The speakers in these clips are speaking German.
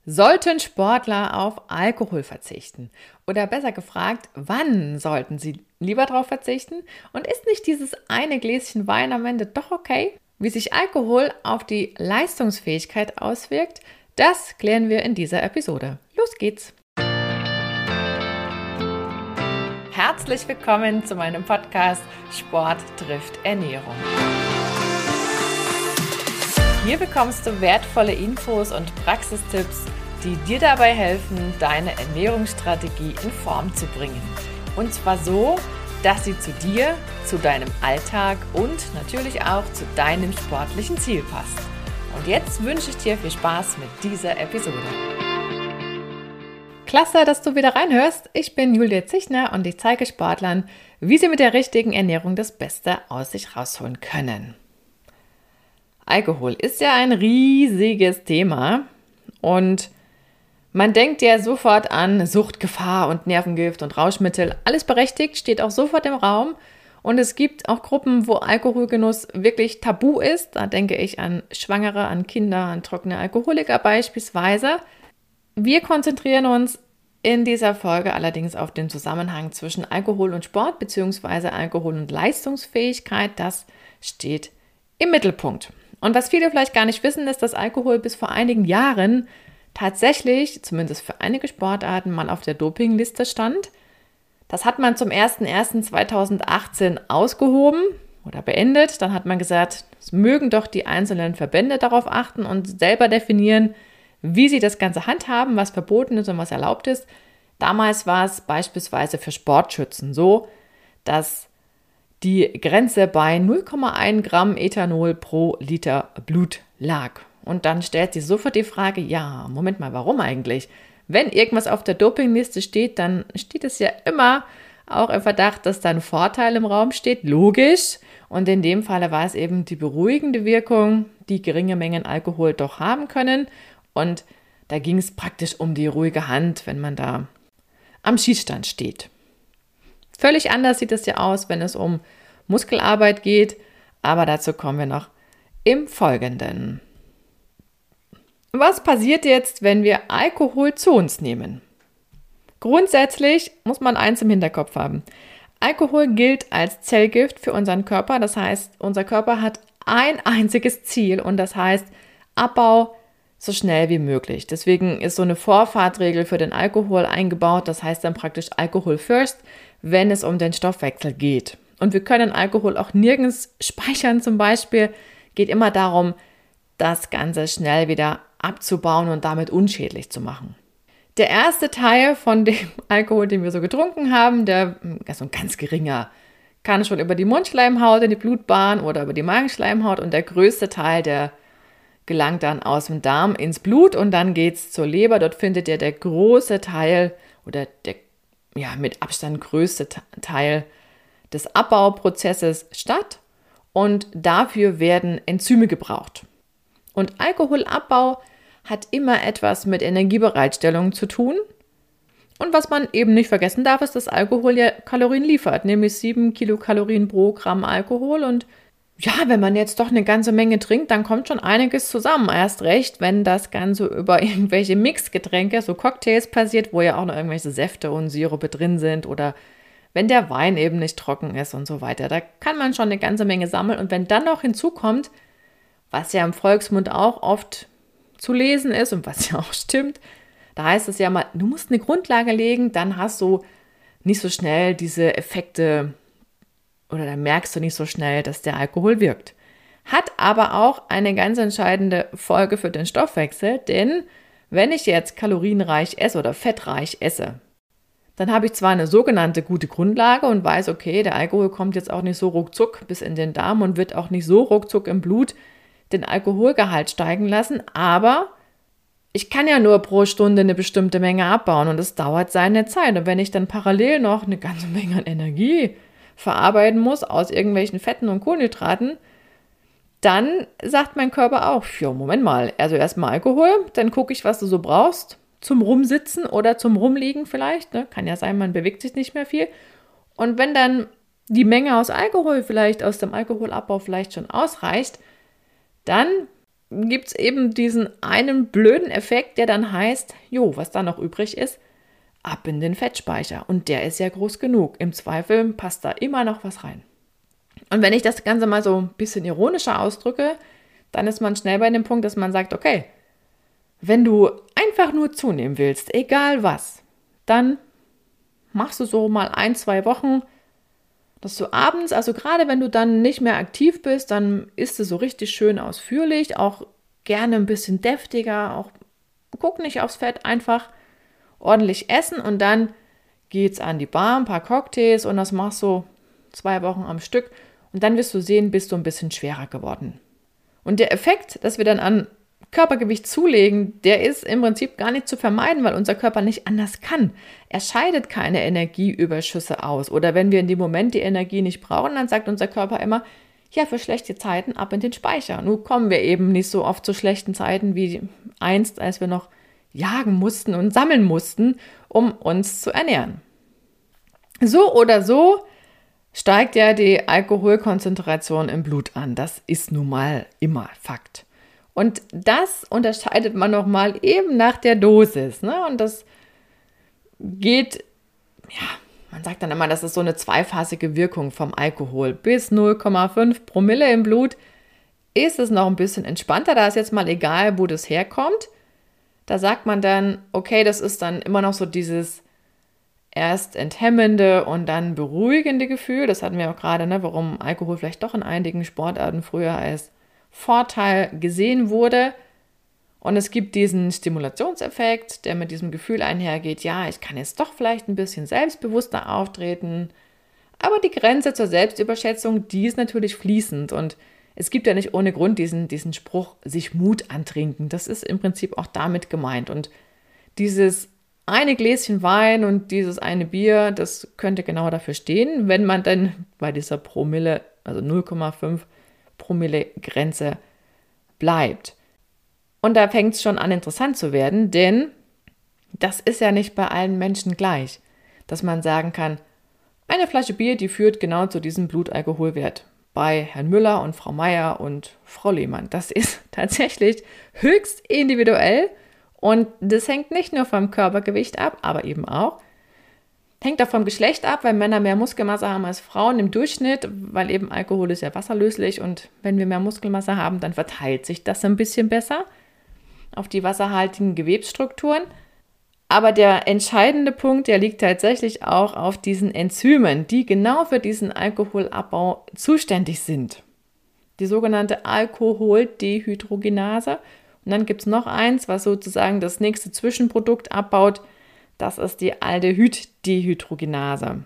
Sollten Sportler auf Alkohol verzichten? Oder besser gefragt, wann sollten sie lieber darauf verzichten? Und ist nicht dieses eine Gläschen Wein am Ende doch okay? Wie sich Alkohol auf die Leistungsfähigkeit auswirkt, das klären wir in dieser Episode. Los geht's! Herzlich willkommen zu meinem Podcast Sport trifft Ernährung. Hier bekommst du wertvolle Infos und Praxistipps, die dir dabei helfen, deine Ernährungsstrategie in Form zu bringen. Und zwar so, dass sie zu dir, zu deinem Alltag und natürlich auch zu deinem sportlichen Ziel passt. Und jetzt wünsche ich dir viel Spaß mit dieser Episode. Klasse, dass du wieder reinhörst. Ich bin Julia Zichner und ich zeige Sportlern, wie sie mit der richtigen Ernährung das Beste aus sich rausholen können. Alkohol ist ja ein riesiges Thema und man denkt ja sofort an Suchtgefahr und Nervengift und Rauschmittel. Alles berechtigt, steht auch sofort im Raum. Und es gibt auch Gruppen, wo Alkoholgenuss wirklich tabu ist. Da denke ich an Schwangere, an Kinder, an trockene Alkoholiker beispielsweise. Wir konzentrieren uns in dieser Folge allerdings auf den Zusammenhang zwischen Alkohol und Sport bzw. Alkohol und Leistungsfähigkeit. Das steht im Mittelpunkt. Und was viele vielleicht gar nicht wissen, ist, dass Alkohol bis vor einigen Jahren tatsächlich, zumindest für einige Sportarten, mal auf der Dopingliste stand. Das hat man zum 01.01.2018 ausgehoben oder beendet. Dann hat man gesagt, es mögen doch die einzelnen Verbände darauf achten und selber definieren, wie sie das Ganze handhaben, was verboten ist und was erlaubt ist. Damals war es beispielsweise für Sportschützen so, dass die Grenze bei 0,1 Gramm Ethanol pro Liter Blut lag. Und dann stellt sich sofort die Frage, ja, Moment mal, warum eigentlich? Wenn irgendwas auf der Dopingliste steht, dann steht es ja immer auch im Verdacht, dass da ein Vorteil im Raum steht, logisch. Und in dem Falle war es eben die beruhigende Wirkung, die geringe Mengen Alkohol doch haben können. Und da ging es praktisch um die ruhige Hand, wenn man da am Schießstand steht. Völlig anders sieht es ja aus, wenn es um Muskelarbeit geht, aber dazu kommen wir noch im Folgenden. Was passiert jetzt, wenn wir Alkohol zu uns nehmen? Grundsätzlich muss man eins im Hinterkopf haben. Alkohol gilt als Zellgift für unseren Körper, das heißt, unser Körper hat ein einziges Ziel und das heißt Abbau so schnell wie möglich. Deswegen ist so eine Vorfahrtregel für den Alkohol eingebaut, das heißt dann praktisch Alkohol first, wenn es um den Stoffwechsel geht. Und wir können Alkohol auch nirgends speichern zum Beispiel, geht immer darum, das Ganze schnell wieder abzubauen und damit unschädlich zu machen. Der erste Teil von dem Alkohol, den wir so getrunken haben, der ist so ein ganz geringer, kann schon über die Mundschleimhaut in die Blutbahn oder über die Magenschleimhaut und der größte Teil, der gelangt dann aus dem Darm ins Blut und dann geht es zur Leber. Dort findet ja der große Teil oder der mit Abstand größte Teil des Abbauprozesses statt und dafür werden Enzyme gebraucht. Und Alkoholabbau hat immer etwas mit Energiebereitstellung zu tun. Und was man eben nicht vergessen darf, ist, dass Alkohol ja Kalorien liefert, nämlich 7 Kilokalorien pro Gramm Alkohol. Und ja, wenn man jetzt doch eine ganze Menge trinkt, dann kommt schon einiges zusammen. Erst recht, wenn das Ganze über irgendwelche Mixgetränke, so Cocktails passiert, wo ja auch noch irgendwelche Säfte und Sirupe drin sind oder wenn der Wein eben nicht trocken ist und so weiter. Da kann man schon eine ganze Menge sammeln. Und wenn dann noch hinzukommt, was ja im Volksmund auch oft zu lesen ist und was ja auch stimmt, da heißt es ja mal, du musst eine Grundlage legen, dann hast du nicht so schnell diese Effekte oder dann merkst du nicht so schnell, dass der Alkohol wirkt. Hat aber auch eine ganz entscheidende Folge für den Stoffwechsel, denn wenn ich jetzt kalorienreich esse oder fettreich esse, dann habe ich zwar eine sogenannte gute Grundlage und weiß, okay, der Alkohol kommt jetzt auch nicht so ruckzuck bis in den Darm und wird auch nicht so ruckzuck im Blut den Alkoholgehalt steigen lassen, aber ich kann ja nur pro Stunde eine bestimmte Menge abbauen und es dauert seine Zeit. Und wenn ich dann parallel noch eine ganze Menge an Energie verarbeiten muss aus irgendwelchen Fetten und Kohlenhydraten, dann sagt mein Körper auch, ja, Moment mal, also erstmal Alkohol, dann gucke ich, was du so brauchst zum Rumsitzen oder zum Rumliegen vielleicht, ne? Kann ja sein, man bewegt sich nicht mehr viel. Und wenn dann die Menge aus Alkohol vielleicht, aus dem Alkoholabbau vielleicht schon ausreicht, dann gibt es eben diesen einen blöden Effekt, der dann heißt, was da noch übrig ist, ab in den Fettspeicher. Und der ist ja groß genug. Im Zweifel passt da immer noch was rein. Und wenn ich das Ganze mal so ein bisschen ironischer ausdrücke, dann ist man schnell bei dem Punkt, dass man sagt, okay, wenn du einfach nur zunehmen willst, egal was, dann machst du so mal 1-2 Wochen, dass du abends, also gerade wenn du dann nicht mehr aktiv bist, dann isst du so richtig schön ausführlich, auch gerne ein bisschen deftiger, auch guck nicht aufs Fett, einfach ordentlich essen und dann geht's an die Bar, ein paar Cocktails und das machst du 2 Wochen am Stück und dann wirst du sehen, bist du ein bisschen schwerer geworden. Und der Effekt, dass wir dann an Körpergewicht zulegen, der ist im Prinzip gar nicht zu vermeiden, weil unser Körper nicht anders kann. Er scheidet keine Energieüberschüsse aus. Oder wenn wir in dem Moment die Energie nicht brauchen, dann sagt unser Körper immer, ja, für schlechte Zeiten ab in den Speicher. Nun kommen wir eben nicht so oft zu schlechten Zeiten wie einst, als wir noch jagen mussten und sammeln mussten, um uns zu ernähren. So oder so steigt ja die Alkoholkonzentration im Blut an. Das ist nun mal immer Fakt. Und das unterscheidet man nochmal eben nach der Dosis. Ne? Und das geht, man sagt dann immer, das ist so eine zweiphasige Wirkung vom Alkohol. Bis 0,5 Promille im Blut ist es noch ein bisschen entspannter. Da ist jetzt mal egal, wo das herkommt. Da sagt man dann, okay, das ist dann immer noch so dieses erst enthemmende und dann beruhigende Gefühl. Das hatten wir auch gerade, warum Alkohol vielleicht doch in einigen Sportarten früher als Vorteil gesehen wurde. Und es gibt diesen Stimulationseffekt, der mit diesem Gefühl einhergeht, ja, ich kann jetzt doch vielleicht ein bisschen selbstbewusster auftreten. Aber die Grenze zur Selbstüberschätzung, die ist natürlich fließend. Und es gibt ja nicht ohne Grund diesen Spruch, sich Mut antrinken. Das ist im Prinzip auch damit gemeint. Und dieses eine Gläschen Wein und dieses eine Bier, das könnte genau dafür stehen, wenn man dann bei dieser Promille, also 0,5 Promille Grenze bleibt. Und da fängt es schon an, interessant zu werden, denn das ist ja nicht bei allen Menschen gleich, dass man sagen kann, eine Flasche Bier, die führt genau zu diesem Blutalkoholwert. Bei Herrn Müller und Frau Meier und Frau Lehmann. Das ist tatsächlich höchst individuell und das hängt nicht nur vom Körpergewicht ab, aber eben auch hängt auch vom Geschlecht ab, weil Männer mehr Muskelmasse haben als Frauen im Durchschnitt, weil eben Alkohol ist ja wasserlöslich und wenn wir mehr Muskelmasse haben, dann verteilt sich das ein bisschen besser auf die wasserhaltigen Gewebsstrukturen. Aber der entscheidende Punkt, der liegt tatsächlich auch auf diesen Enzymen, die genau für diesen Alkoholabbau zuständig sind. Die sogenannte Alkoholdehydrogenase. Und dann gibt es noch eins, was sozusagen das nächste Zwischenprodukt abbaut. Das ist die Aldehyddehydrogenase.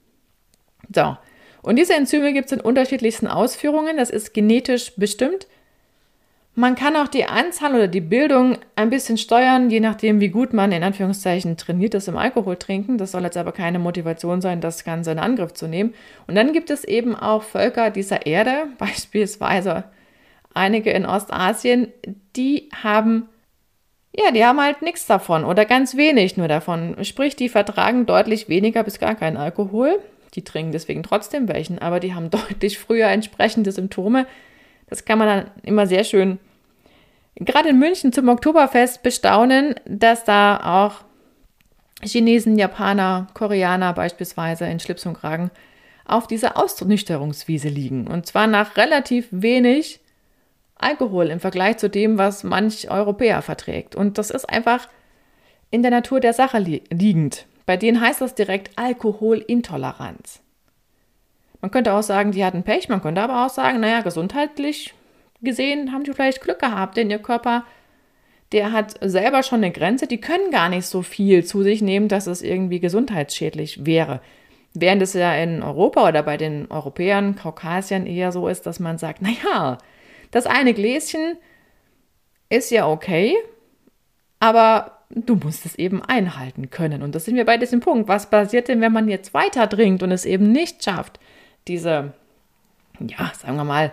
So, und diese Enzyme gibt es in unterschiedlichsten Ausführungen. Das ist genetisch bestimmt. Man kann auch die Anzahl oder die Bildung ein bisschen steuern, je nachdem, wie gut man in Anführungszeichen trainiert ist im Alkoholtrinken. Das soll jetzt aber keine Motivation sein, das Ganze in Angriff zu nehmen. Und dann gibt es eben auch Völker dieser Erde, beispielsweise einige in Ostasien, die haben halt nichts davon oder ganz wenig nur davon. Sprich, die vertragen deutlich weniger bis gar keinen Alkohol. Die trinken deswegen trotzdem welchen, aber die haben deutlich früher entsprechende Symptome. Das kann man dann immer sehr schön, gerade in München zum Oktoberfest, bestaunen, dass da auch Chinesen, Japaner, Koreaner beispielsweise in Schlips und Kragen auf dieser Ausnüchterungswiese liegen. Und zwar nach relativ wenig Alkohol im Vergleich zu dem, was manch Europäer verträgt. Und das ist einfach in der Natur der Sache liegend. Bei denen heißt das direkt Alkoholintoleranz. Man könnte auch sagen, die hatten Pech, man könnte aber auch sagen, gesundheitlich gesehen haben die vielleicht Glück gehabt, denn ihr Körper, der hat selber schon eine Grenze, die können gar nicht so viel zu sich nehmen, dass es irgendwie gesundheitsschädlich wäre. Während es ja in Europa oder bei den Europäern, Kaukasiern eher so ist, dass man sagt, das eine Gläschen ist ja okay, aber du musst es eben einhalten können. Und das sind wir bei diesem Punkt. Was passiert denn, wenn man jetzt weiter trinkt und es eben nicht schafft, diese, sagen wir mal,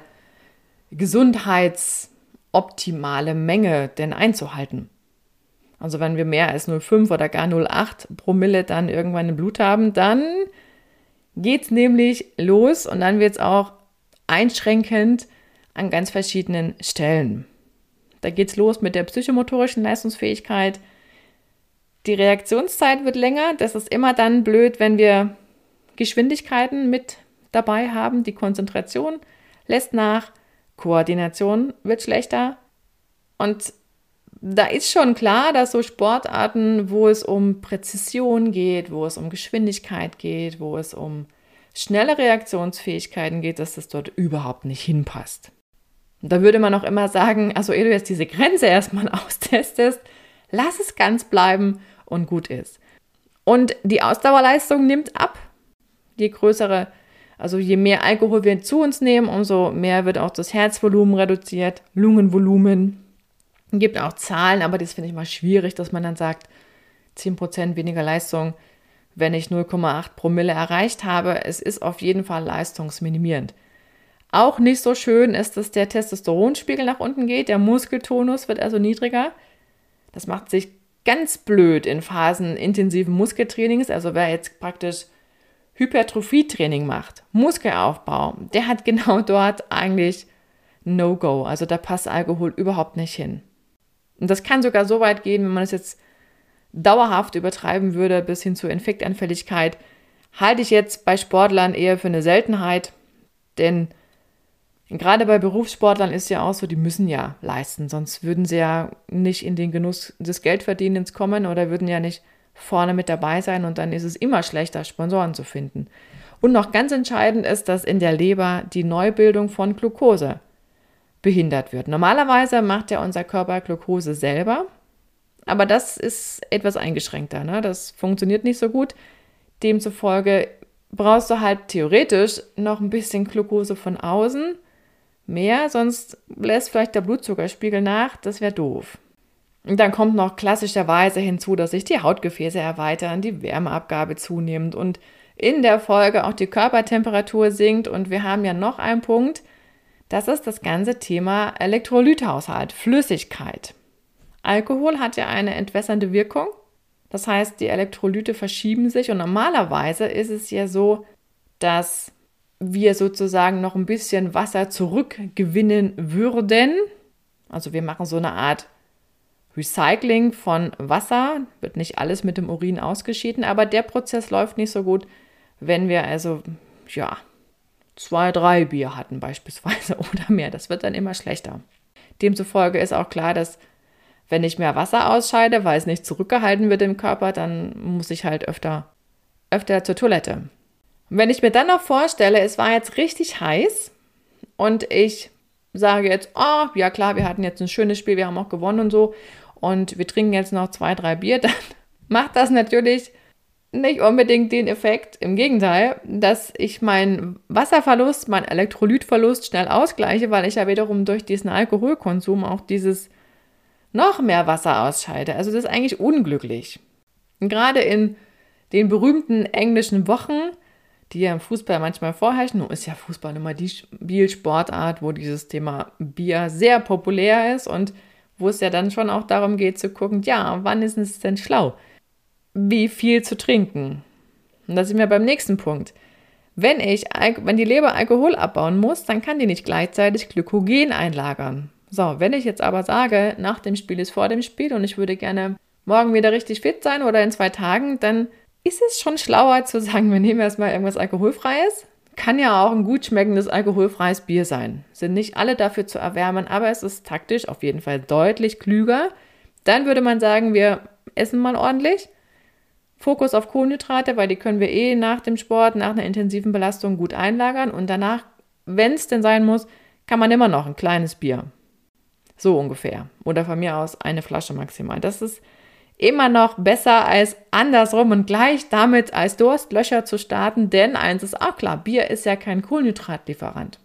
gesundheitsoptimale Menge denn einzuhalten? Also wenn wir mehr als 0,5 oder gar 0,8 Promille dann irgendwann im Blut haben, dann geht's nämlich los und dann wird es auch einschränkend an ganz verschiedenen Stellen. Da geht's los mit der psychomotorischen Leistungsfähigkeit. Die Reaktionszeit wird länger. Das ist immer dann blöd, wenn wir Geschwindigkeiten mit dabei haben. Die Konzentration lässt nach, Koordination wird schlechter. Und da ist schon klar, dass so Sportarten, wo es um Präzision geht, wo es um Geschwindigkeit geht, wo es um schnelle Reaktionsfähigkeiten geht, dass das dort überhaupt nicht hinpasst. Und da würde man auch immer sagen, also ehe du jetzt diese Grenze erstmal austestest, lass es ganz bleiben und gut ist. Und die Ausdauerleistung nimmt ab. Je mehr Alkohol wir zu uns nehmen, umso mehr wird auch das Herzvolumen reduziert, Lungenvolumen. Es gibt auch Zahlen, aber das finde ich mal schwierig, dass man dann sagt, 10% weniger Leistung, wenn ich 0,8 Promille erreicht habe. Es ist auf jeden Fall leistungsminimierend. Auch nicht so schön ist, dass der Testosteronspiegel nach unten geht, der Muskeltonus wird also niedriger. Das macht sich ganz blöd in Phasen intensiven Muskeltrainings, also wer jetzt praktisch Hypertrophietraining macht, Muskelaufbau, der hat genau dort eigentlich No-Go, also da passt Alkohol überhaupt nicht hin. Und das kann sogar so weit gehen, wenn man es jetzt dauerhaft übertreiben würde, bis hin zur Infektanfälligkeit, halte ich jetzt bei Sportlern eher für eine Seltenheit, denn gerade bei Berufssportlern ist ja auch so, die müssen ja leisten, sonst würden sie ja nicht in den Genuss des Geldverdienens kommen oder würden ja nicht vorne mit dabei sein und dann ist es immer schlechter, Sponsoren zu finden. Und noch ganz entscheidend ist, dass in der Leber die Neubildung von Glucose behindert wird. Normalerweise macht ja unser Körper Glucose selber, aber das ist etwas eingeschränkter, ne? Das funktioniert nicht so gut. Demzufolge brauchst du halt theoretisch noch ein bisschen Glucose von außen, mehr, sonst lässt vielleicht der Blutzuckerspiegel nach, das wäre doof. Und dann kommt noch klassischerweise hinzu, dass sich die Hautgefäße erweitern, die Wärmeabgabe zunimmt und in der Folge auch die Körpertemperatur sinkt. Und wir haben ja noch einen Punkt, das ist das ganze Thema Elektrolythaushalt, Flüssigkeit. Alkohol hat ja eine entwässernde Wirkung, das heißt, die Elektrolyte verschieben sich und normalerweise ist es ja so, dass wir sozusagen noch ein bisschen Wasser zurückgewinnen würden. Also wir machen so eine Art Recycling von Wasser, wird nicht alles mit dem Urin ausgeschieden, aber der Prozess läuft nicht so gut, wenn wir 2, 3 Bier hatten beispielsweise oder mehr. Das wird dann immer schlechter. Demzufolge ist auch klar, dass wenn ich mehr Wasser ausscheide, weil es nicht zurückgehalten wird im Körper, dann muss ich halt öfter zur Toilette. Und wenn ich mir dann noch vorstelle, es war jetzt richtig heiß und ich sage jetzt, oh, ja klar, wir hatten jetzt ein schönes Spiel, wir haben auch gewonnen und so und wir trinken jetzt noch 2, 3 Bier, dann macht das natürlich nicht unbedingt den Effekt. Im Gegenteil, dass ich meinen Wasserverlust, meinen Elektrolytverlust schnell ausgleiche, weil ich ja wiederum durch diesen Alkoholkonsum auch dieses noch mehr Wasser ausscheide. Also das ist eigentlich unglücklich. Und gerade in den berühmten englischen Wochen, die ja im Fußball manchmal vorherrschen, nun ist ja Fußball immer die Spielsportart, wo dieses Thema Bier sehr populär ist und wo es ja dann schon auch darum geht zu gucken, ja, wann ist es denn schlau, wie viel zu trinken. Und da sind wir beim nächsten Punkt. Wenn die Leber Alkohol abbauen muss, dann kann die nicht gleichzeitig Glykogen einlagern. So, wenn ich jetzt aber sage, nach dem Spiel ist vor dem Spiel und ich würde gerne morgen wieder richtig fit sein oder in 2 Tagen, dann ist es schon schlauer zu sagen, wir nehmen erstmal irgendwas Alkoholfreies. Kann ja auch ein gut schmeckendes alkoholfreies Bier sein. Sind nicht alle dafür zu erwärmen, aber es ist taktisch auf jeden Fall deutlich klüger. Dann würde man sagen, wir essen mal ordentlich. Fokus auf Kohlenhydrate, weil die können wir nach dem Sport, nach einer intensiven Belastung gut einlagern. Und danach, wenn es denn sein muss, kann man immer noch ein kleines Bier. So ungefähr. Oder von mir aus eine Flasche maximal. Das ist immer noch besser als andersrum und gleich damit als Durstlöscher zu starten, denn eins ist auch klar, Bier ist ja kein Kohlenhydratlieferant.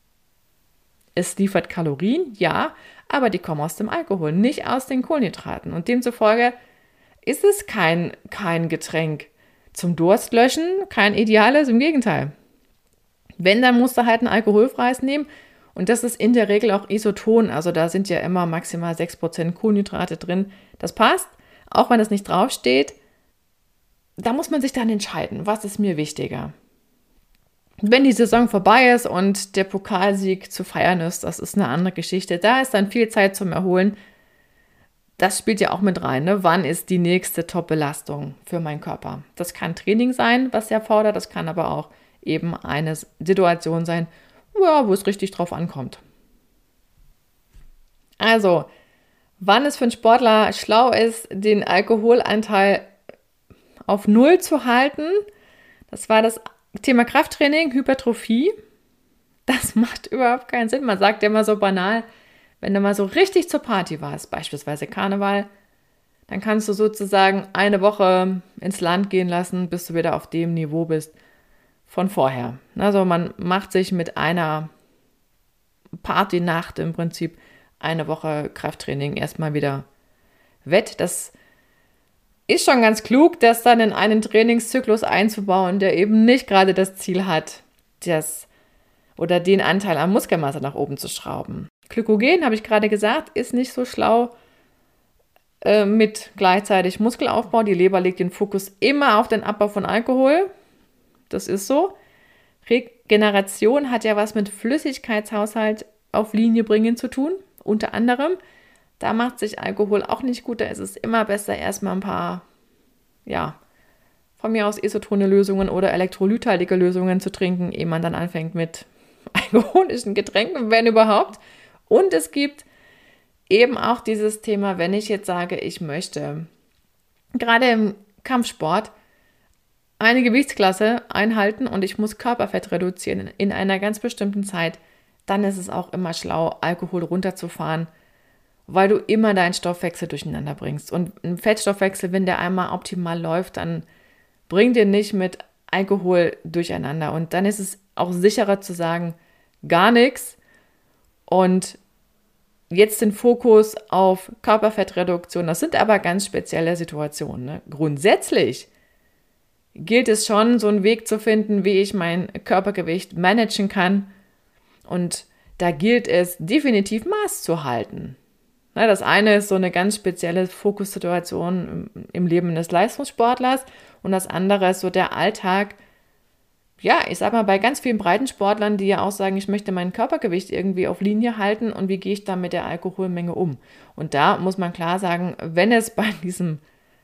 Es liefert Kalorien, ja, aber die kommen aus dem Alkohol, nicht aus den Kohlenhydraten. Und demzufolge ist es kein Getränk zum Durstlöschen, kein ideales, im Gegenteil. Wenn, dann musst du halt ein alkoholfreies nehmen. Und das ist in der Regel auch Isoton, also da sind ja immer maximal 6% Kohlenhydrate drin. Das passt, auch wenn das nicht draufsteht. Da muss man sich dann entscheiden, was ist mir wichtiger. Wenn die Saison vorbei ist und der Pokalsieg zu feiern ist, das ist eine andere Geschichte. Da ist dann viel Zeit zum Erholen. Das spielt ja auch mit rein. Ne? Wann ist die nächste Top-Belastung für meinen Körper? Das kann Training sein, was er fordert. Das kann aber auch eben eine Situation sein, ja, wo es richtig drauf ankommt. Also, wann es für einen Sportler schlau ist, den Alkoholanteil auf Null zu halten, das war das Thema Krafttraining, Hypertrophie. Das macht überhaupt keinen Sinn. Man sagt ja immer so banal, wenn du mal so richtig zur Party warst, beispielsweise Karneval, dann kannst du sozusagen eine Woche ins Land gehen lassen, bis du wieder auf dem Niveau bist von vorher. Also man macht sich mit einer Partynacht im Prinzip eine Woche Krafttraining erstmal wieder wett. Das ist schon ganz klug, das dann in einen Trainingszyklus einzubauen, der eben nicht gerade das Ziel hat, den Anteil an Muskelmasse nach oben zu schrauben. Glykogen, habe ich gerade gesagt, ist nicht so schlau mit gleichzeitig Muskelaufbau. Die Leber legt den Fokus immer auf den Abbau von Alkohol. Das ist so. Regeneration hat ja was mit Flüssigkeitshaushalt auf Linie bringen zu tun, unter anderem. Da macht sich Alkohol auch nicht gut. Da ist es immer besser, erstmal ein paar, von mir aus isotone Lösungen oder elektrolythaltige Lösungen zu trinken, ehe man dann anfängt mit alkoholischen Getränken, wenn überhaupt. Und es gibt eben auch dieses Thema, wenn ich jetzt sage, ich möchte gerade im Kampfsport eine Gewichtsklasse einhalten und ich muss Körperfett reduzieren in einer ganz bestimmten Zeit, dann ist es auch immer schlau, Alkohol runterzufahren, weil du immer deinen Stoffwechsel durcheinander bringst. Und ein Fettstoffwechsel, wenn der einmal optimal läuft, dann bringt dir nicht mit Alkohol durcheinander. Und dann ist es auch sicherer zu sagen, gar nichts und jetzt den Fokus auf Körperfettreduktion. Das sind aber ganz spezielle Situationen. Ne? Grundsätzlich gilt es schon, so einen Weg zu finden, wie ich mein Körpergewicht managen kann. Und da gilt es definitiv Maß zu halten. Na, das eine ist so eine ganz spezielle Fokussituation im Leben des Leistungssportlers und das andere ist so der Alltag. Ja, ich sag mal, bei ganz vielen Breitensportlern, die ja auch sagen, ich möchte mein Körpergewicht irgendwie auf Linie halten und wie gehe ich dann mit der Alkoholmenge um? Und da muss man klar sagen, wenn es bei diesem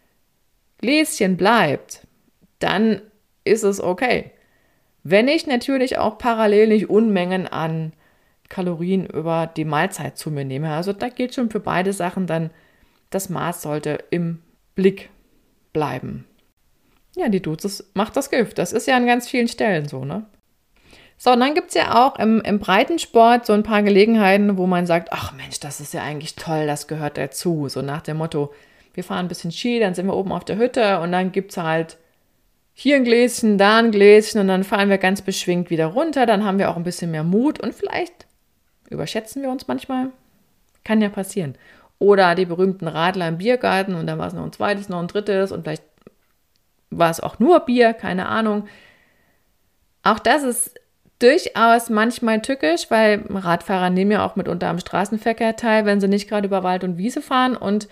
Gläschen bleibt, dann ist es okay. Wenn ich natürlich auch parallel nicht Unmengen an Kalorien über die Mahlzeit zu mir nehme. Also da gilt schon für beide Sachen dann, das Maß sollte im Blick bleiben. Ja, die Dosis macht das Gift. Das ist ja an ganz vielen Stellen so, ne? So, und dann gibt es ja auch im Breitensport so ein paar Gelegenheiten, wo man sagt, ach Mensch, das ist ja eigentlich toll, das gehört dazu. So nach dem Motto, wir fahren ein bisschen Ski, dann sind wir oben auf der Hütte und dann gibt es halt hier ein Gläschen, da ein Gläschen und dann fahren wir ganz beschwingt wieder runter. Dann haben wir auch ein bisschen mehr Mut und vielleicht überschätzen wir uns manchmal. Kann ja passieren. Oder die berühmten Radler im Biergarten und dann war es noch ein zweites, noch ein drittes und vielleicht war es auch nur Bier, keine Ahnung. Auch das ist durchaus manchmal tückisch, weil Radfahrer nehmen ja auch mitunter am Straßenverkehr teil, wenn sie nicht gerade über Wald und Wiese fahren. Und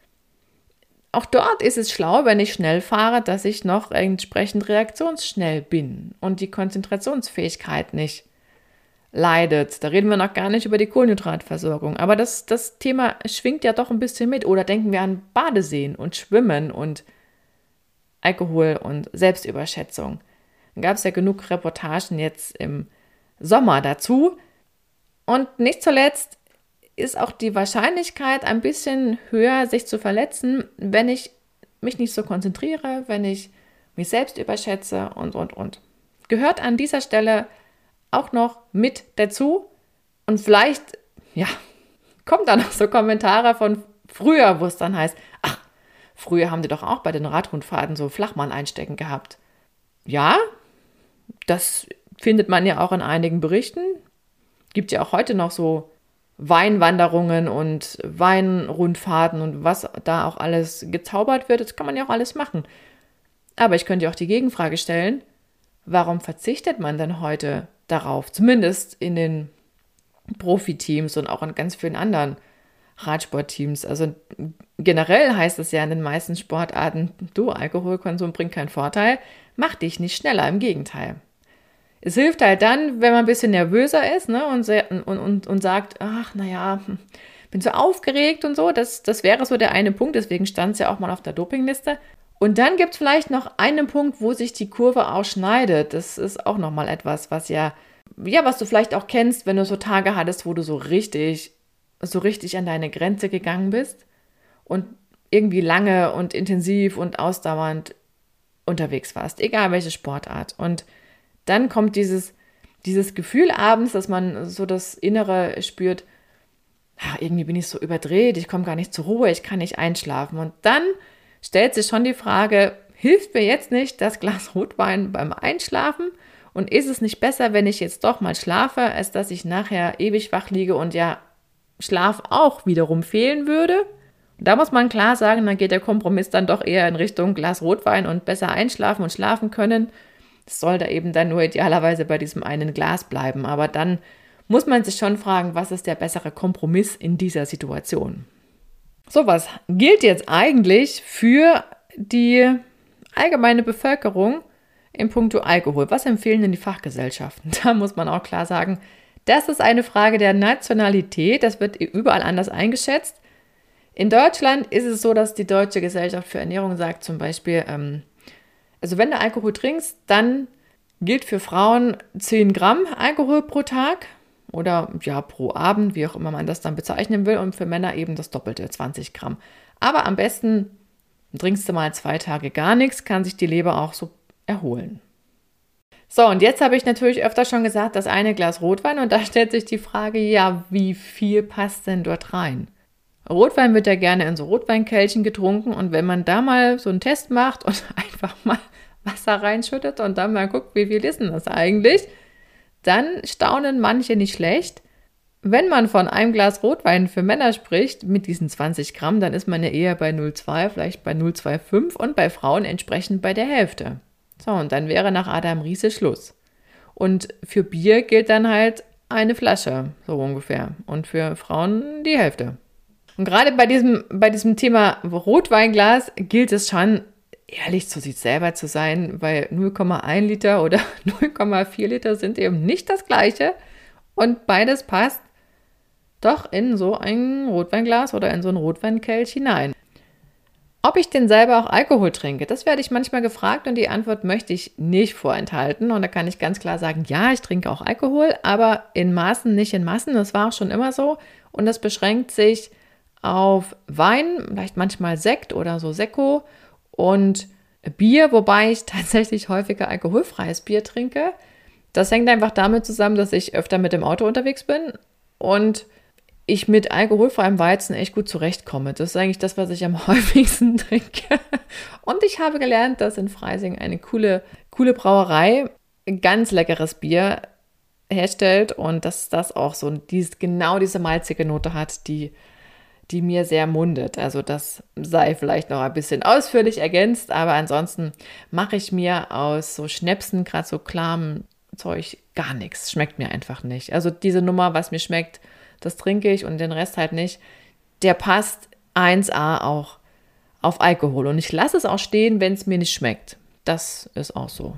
auch dort ist es schlau, wenn ich schnell fahre, dass ich noch entsprechend reaktionsschnell bin und die Konzentrationsfähigkeit nicht leidet. Da reden wir noch gar nicht über die Kohlenhydratversorgung. Aber das Thema schwingt ja doch ein bisschen mit. Oder denken wir an Badeseen und Schwimmen und Alkohol und Selbstüberschätzung. Dann gab es ja genug Reportagen jetzt im Sommer dazu. Und nicht zuletzt ist auch die Wahrscheinlichkeit ein bisschen höher, sich zu verletzen, wenn ich mich nicht so konzentriere, wenn ich mich selbst überschätze und. Gehört an dieser Stelle auch noch mit dazu. Und vielleicht, kommt da noch so Kommentare von früher, wo es dann heißt, ach, früher haben die doch auch bei den Radrundfahrten so Flachmann einstecken gehabt. Ja, das findet man ja auch in einigen Berichten. Gibt ja auch heute noch so Weinwanderungen und Weinrundfahrten und was da auch alles gezaubert wird. Das kann man ja auch alles machen. Aber ich könnte ja auch die Gegenfrage stellen, warum verzichtet man denn heute darauf? Zumindest in den Profiteams und auch in ganz vielen anderen Radsportteams. Also generell heißt es ja in den meisten Sportarten, du, Alkoholkonsum bringt keinen Vorteil, mach dich nicht schneller, im Gegenteil. Es hilft halt dann, wenn man ein bisschen nervöser ist, ne, und sagt, ach, naja, bin so aufgeregt und so. Das wäre so der eine Punkt, deswegen stand es ja auch mal auf der Dopingliste. Und dann gibt es vielleicht noch einen Punkt, wo sich die Kurve auch schneidet. Das ist auch nochmal etwas, was was du vielleicht auch kennst, wenn du so Tage hattest, wo du so richtig an deine Grenze gegangen bist und irgendwie lange und intensiv und ausdauernd unterwegs warst, egal welche Sportart. Und dann kommt dieses Gefühl abends, dass man so das Innere spürt, irgendwie bin ich so überdreht, ich komme gar nicht zur Ruhe, ich kann nicht einschlafen. Und dann stellt sich schon die Frage, hilft mir jetzt nicht das Glas Rotwein beim Einschlafen? Und ist es nicht besser, wenn ich jetzt doch mal schlafe, als dass ich nachher ewig wach liege und ja Schlaf auch wiederum fehlen würde? Und da muss man klar sagen, dann geht der Kompromiss dann doch eher in Richtung Glas Rotwein und besser einschlafen und schlafen können. Es soll da eben dann nur idealerweise bei diesem einen Glas bleiben. Aber dann muss man sich schon fragen, was ist der bessere Kompromiss in dieser Situation? So, was gilt jetzt eigentlich für die allgemeine Bevölkerung in puncto Alkohol? Was empfehlen denn die Fachgesellschaften? Da muss man auch klar sagen, das ist eine Frage der Nationalität. Das wird überall anders eingeschätzt. In Deutschland ist es so, dass die Deutsche Gesellschaft für Ernährung sagt zum Beispiel, also wenn du Alkohol trinkst, dann gilt für Frauen 10 Gramm Alkohol pro Tag oder ja pro Abend, wie auch immer man das dann bezeichnen will, und für Männer eben das Doppelte, 20 Gramm. Aber am besten trinkst du mal 2 Tage gar nichts, kann sich die Leber auch so erholen. So, und jetzt habe ich natürlich öfter schon gesagt, das eine Glas Rotwein, und da stellt sich die Frage, ja, wie viel passt denn dort rein? Rotwein wird ja gerne in so Rotweinkelchen getrunken, und wenn man da mal so einen Test macht und einfach mal Wasser reinschüttet und dann mal guckt, wie viel ist denn das eigentlich, dann staunen manche nicht schlecht. Wenn man von einem Glas Rotwein für Männer spricht, mit diesen 20 Gramm, dann ist man ja eher bei 0,2, vielleicht bei 0,25 und bei Frauen entsprechend bei der Hälfte. So, und dann wäre nach Adam Riese Schluss. Und für Bier gilt dann halt eine Flasche, so ungefähr. Und für Frauen die Hälfte. Und gerade bei diesem Thema Rotweinglas gilt es schon, ehrlich zu sich selber zu sein, weil 0,1 Liter oder 0,4 Liter sind eben nicht das Gleiche. Und beides passt doch in so ein Rotweinglas oder in so ein Rotweinkelch hinein. Ob ich denn selber auch Alkohol trinke, das werde ich manchmal gefragt, und die Antwort möchte ich nicht vorenthalten. Und da kann ich ganz klar sagen, ja, ich trinke auch Alkohol, aber in Maßen, nicht in Massen. Das war auch schon immer so. Und das beschränkt sich auf Wein, vielleicht manchmal Sekt oder so Sekko und Bier, wobei ich tatsächlich häufiger alkoholfreies Bier trinke. Das hängt einfach damit zusammen, dass ich öfter mit dem Auto unterwegs bin und ich mit alkoholfreiem Weizen echt gut zurechtkomme. Das ist eigentlich das, was ich am häufigsten trinke. Und ich habe gelernt, dass in Freising eine coole Brauerei ein ganz leckeres Bier herstellt und dass das auch so genau diese malzige Note hat, die mir sehr mundet. Also das sei vielleicht noch ein bisschen ausführlich ergänzt, aber ansonsten mache ich mir aus so Schnäpsen, gerade so klarem Zeug, gar nichts. Schmeckt mir einfach nicht. Also diese Nummer, was mir schmeckt, das trinke ich und den Rest halt nicht. Der passt 1A auch auf Alkohol. Und ich lasse es auch stehen, wenn es mir nicht schmeckt. Das ist auch so.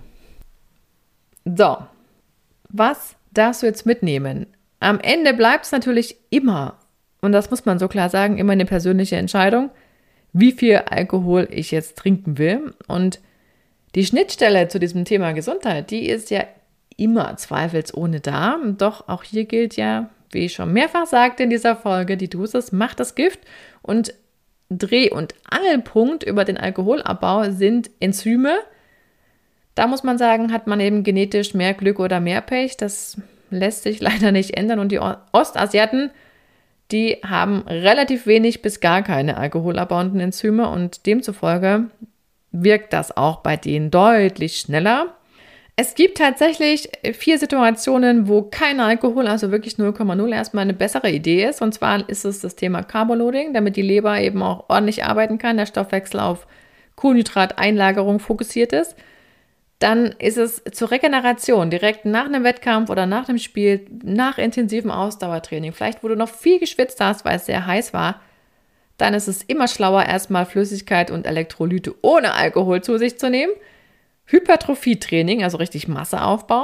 So, was darfst du jetzt mitnehmen? Am Ende bleibt es natürlich immer, und das muss man so klar sagen, immer eine persönliche Entscheidung, wie viel Alkohol ich jetzt trinken will. Und die Schnittstelle zu diesem Thema Gesundheit, die ist ja immer zweifelsohne da. Doch auch hier gilt ja, wie ich schon mehrfach sagte in dieser Folge, die Dosis macht das Gift. Und Dreh- und Angelpunkt über den Alkoholabbau sind Enzyme. Da muss man sagen, hat man eben genetisch mehr Glück oder mehr Pech. Das lässt sich leider nicht ändern. Und die Ostasiaten, die haben relativ wenig bis gar keine alkoholabbauenden Enzyme. Und demzufolge wirkt das auch bei denen deutlich schneller. Es gibt tatsächlich 4 Situationen, wo kein Alkohol, also wirklich 0,0, erstmal eine bessere Idee ist. Und zwar ist es das Thema Carboloading, damit die Leber eben auch ordentlich arbeiten kann, der Stoffwechsel auf Kohlenhydrateinlagerung fokussiert ist. Dann ist es zur Regeneration, direkt nach einem Wettkampf oder nach dem Spiel, nach intensivem Ausdauertraining, vielleicht wo du noch viel geschwitzt hast, weil es sehr heiß war, dann ist es immer schlauer, erstmal Flüssigkeit und Elektrolyte ohne Alkohol zu sich zu nehmen. Hypertrophietraining, also richtig Masseaufbau,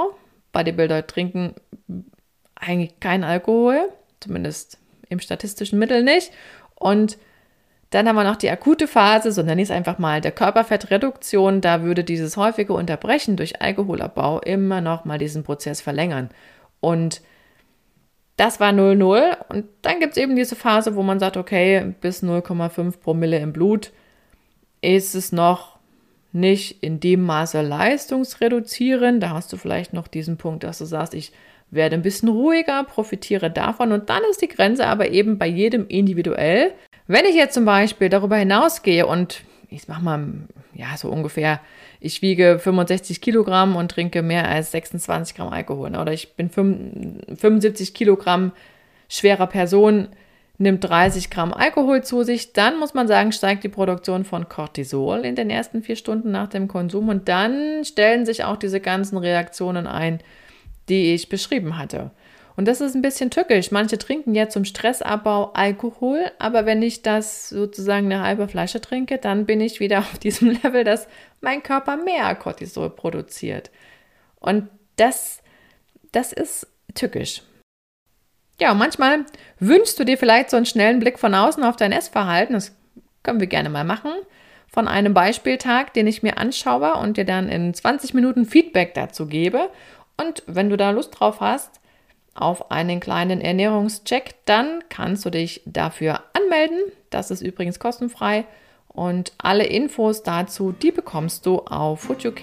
Bodybuilder trinken eigentlich keinen Alkohol, zumindest im statistischen Mittel nicht. Und dann haben wir noch die akute Phase, so nenne ich es einfach mal, der Körperfettreduktion. Da würde dieses häufige Unterbrechen durch Alkoholabbau immer noch mal diesen Prozess verlängern. Und das war 0,0. Und dann gibt es eben diese Phase, wo man sagt, okay, bis 0,5 Promille im Blut ist es noch nicht in dem Maße leistungsreduzierend. Da hast du vielleicht noch diesen Punkt, dass du sagst, ich werde ein bisschen ruhiger, profitiere davon. Und dann ist die Grenze aber eben bei jedem individuell. Wenn ich jetzt zum Beispiel darüber hinausgehe und ich mache mal, ja, so ungefähr, ich wiege 65 Kilogramm und trinke mehr als 26 Gramm Alkohol, oder ich bin 75 Kilogramm schwerer Person, nimmt 30 Gramm Alkohol zu sich, dann muss man sagen, steigt die Produktion von Cortisol in den ersten 4 Stunden nach dem Konsum und dann stellen sich auch diese ganzen Reaktionen ein, die ich beschrieben hatte. Und das ist ein bisschen tückisch. Manche trinken ja zum Stressabbau Alkohol, aber wenn ich das sozusagen eine halbe Flasche trinke, dann bin ich wieder auf diesem Level, dass mein Körper mehr Cortisol produziert. Und das ist tückisch. Ja, und manchmal wünschst du dir vielleicht so einen schnellen Blick von außen auf dein Essverhalten. Das können wir gerne mal machen. Von einem Beispieltag, den ich mir anschaue und dir dann in 20 Minuten Feedback dazu gebe. Und wenn du da Lust drauf hast, auf einen kleinen Ernährungscheck, dann kannst du dich dafür anmelden. Das ist übrigens kostenfrei und alle Infos dazu, die bekommst du auf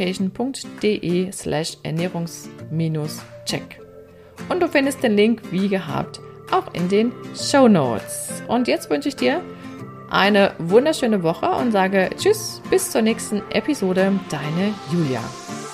foodeducation.de/ernährungs-check. Und du findest den Link, wie gehabt, auch in den Shownotes. Und jetzt wünsche ich dir eine wunderschöne Woche und sage Tschüss, bis zur nächsten Episode, deine Julia.